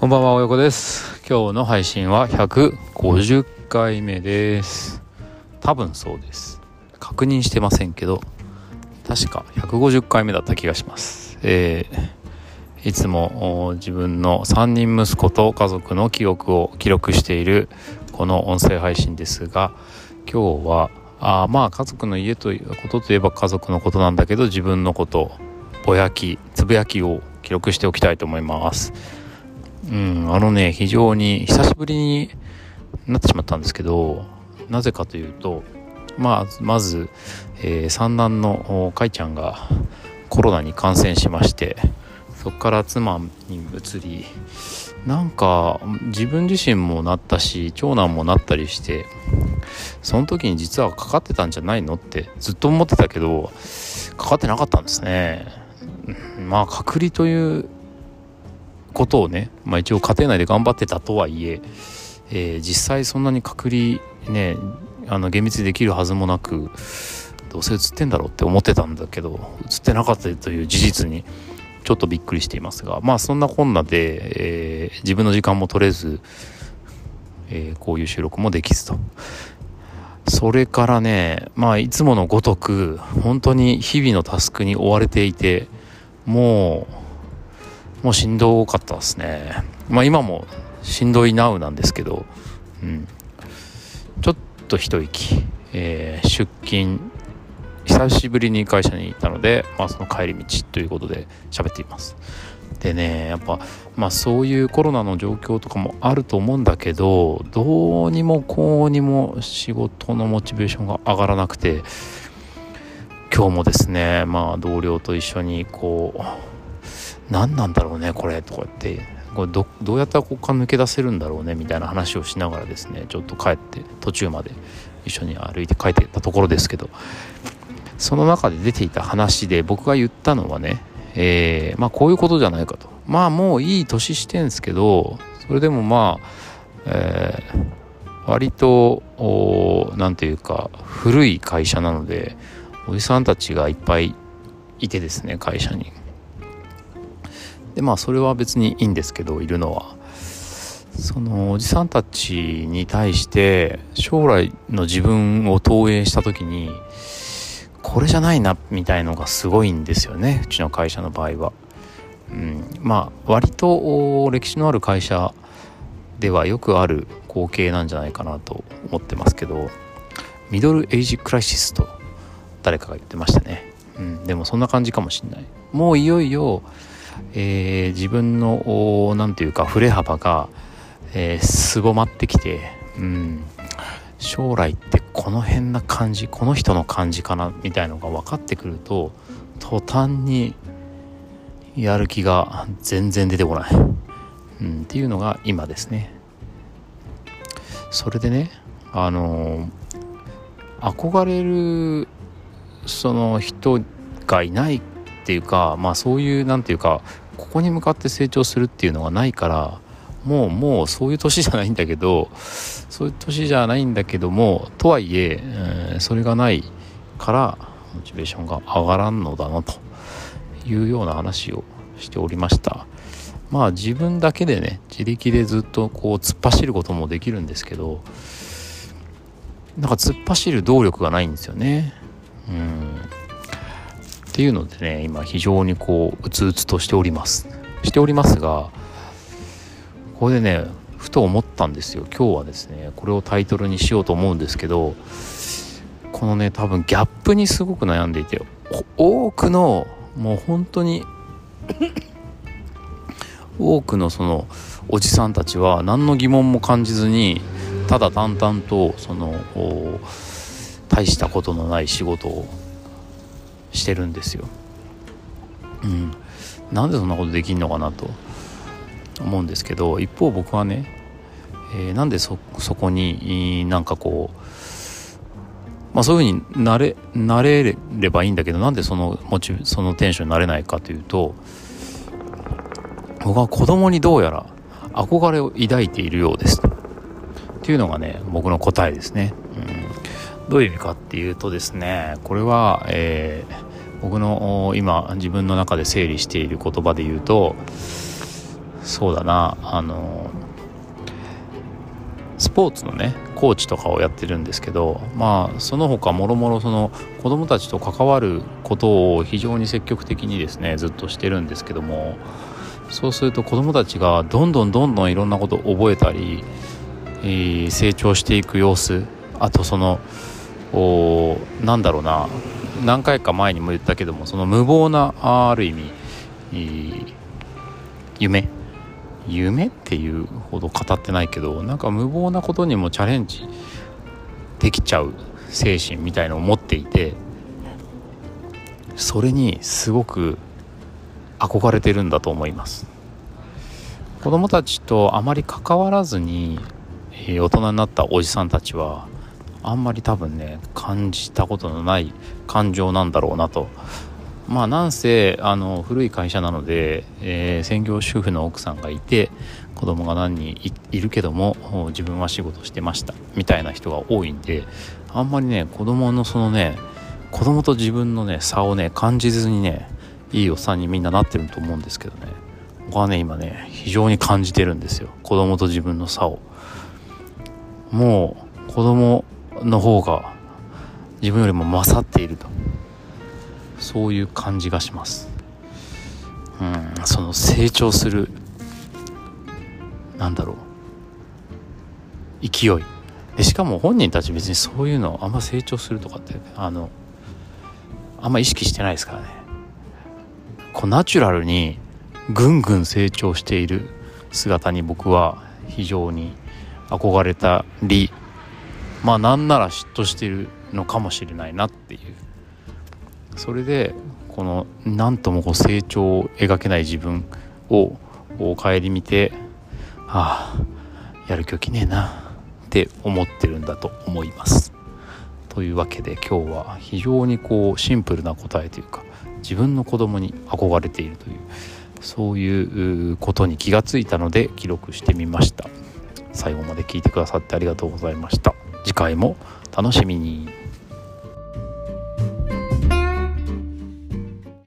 こんばんは、およこです。今日の配信は150回目です。多分そうです。確認してませんけど、確か150回目だった気がします。いつも自分の3人息子と家族の記憶を記録しているこの音声配信ですが、今日は家族の家ということといえば家族のことなんだけど、自分のこと、つぶやきを記録しておきたいと思います。非常に久しぶりになってしまったんですけど、なぜかというと、まず、三男のかいちゃんがコロナに感染しまして、そこから妻に移り、なんか自分自身もなったし長男もなったりして、その時に実はかかってたんじゃないのってずっと思ってたけど、かかってなかったんですね。隔離ということをね、一応家庭内で頑張ってたとはいえ、実際そんなに隔離ね、厳密にできるはずもなく、どうせ映ってんだろうって思ってたんだけど、映ってなかったという事実にちょっとびっくりしていますが、そんなこんなで、自分の時間も取れず、こういう収録もできずと。それからね、いつものごとく本当に日々のタスクに追われていて、もうしんどかったですね。今もしんどいなうなんですけど、ちょっと一息、出勤、久しぶりに会社に行ったので、その帰り道ということで喋っています。でね、やっぱそういうコロナの状況とかもあると思うんだけど、どうにもこうにも仕事のモチベーションが上がらなくて、今日もですね、同僚と一緒に何なんだろうねこれとか言って、これ どうやったらここから抜け出せるんだろうねみたいな話をしながらですね、ちょっと帰って途中まで一緒に歩いて帰っていったところですけど、その中で出ていた話で僕が言ったのはね、こういうことじゃないかと。もういい年してんすけど、それでも割となんていうか古い会社なので、おじさんたちがいっぱいいてですね、会社に。でそれは別にいいんですけど、いるのはそのおじさんたちに対して将来の自分を投影した時に、これじゃないなみたいのがすごいんですよね、うちの会社の場合は。割と歴史のある会社ではよくある光景なんじゃないかなと思ってますけど、ミドルエイジクライシスと誰かが言ってましたね。でもそんな感じかもしれない。もういよいよ、自分のなんていうか振れ幅が、すぼまってきて、将来ってこの辺な感じ、この人の感じかなみたいのが分かってくると、途端にやる気が全然出てこない、っていうのが今ですね。それでね、憧れるその人がいないっていうか、そういうなんていうか、ここに向かって成長するっていうのがないから、もうそういう年じゃないんだけど、とはいえ、それがないからモチベーションが上がらんのだなというような話をしておりました。自分だけでね、自力でずっと突っ走ることもできるんですけど、突っ走る動力がないんですよね。っていうのでね、今非常にうつうつとしておりますが、これでね、ふと思ったんですよ。今日はですね、これをタイトルにしようと思うんですけど、このね、多分ギャップにすごく悩んでいて、多くのもう本当に多くのそのおじさんたちは何の疑問も感じずに、ただ淡々と大したことのない仕事をしてるんですよ。なんでそんなことできんのかなと思うんですけど、一方僕はね、なんでそこにそういう風になれればいいんだけど、なんでそのテンションになれないかというと、僕は子供にどうやら憧れを抱いているようですっていうのがね、僕の答えですね。どういう意味かっていうとですね、これは、僕の今自分の中で整理している言葉で言うと、 そうだな、スポーツのねコーチとかをやってるんですけど、その他もろもろその子どもたちと関わることを非常に積極的にですねずっとしてるんですけども、そうすると子どもたちがどんどんいろんなことを覚えたり、成長していく様子、あとそのなんだろうな、何回か前にも言ったけども、その無謀なある意味、夢っていうほど語ってないけど、なんか無謀なことにもチャレンジできちゃう精神みたいのを持っていて、それにすごく憧れてるんだと思います。子供たちとあまり関わらずに大人になったおじさんたちはあんまり多分ね感じたことのない感情なんだろうなと。なんせ古い会社なので、専業主婦の奥さんがいて子供が何人 いるけども自分は仕事してましたみたいな人が多いんで、あんまりね子供と自分のね差をね感じずにねいいおっさんにみんななってると思うんですけどね、僕はね今ね非常に感じてるんですよ、子供と自分の差を。もう子供の方が自分よりも勝っていると、そういう感じがします。その成長する勢いで、しかも本人たち別にそういうのあんま成長するとかってあんま意識してないですからね。ナチュラルにぐんぐん成長している姿に僕は非常に憧れたり、なんなら嫉妬しているのかもしれないなっていう。それでこのなんとも成長を描けない自分を顧みて、やる気起きねえなって思ってるんだと思います。というわけで今日は非常にシンプルな答えというか、自分の子供に憧れているという、そういうことに気がついたので記録してみました。最後まで聞いてくださってありがとうございました。次回も楽しみに。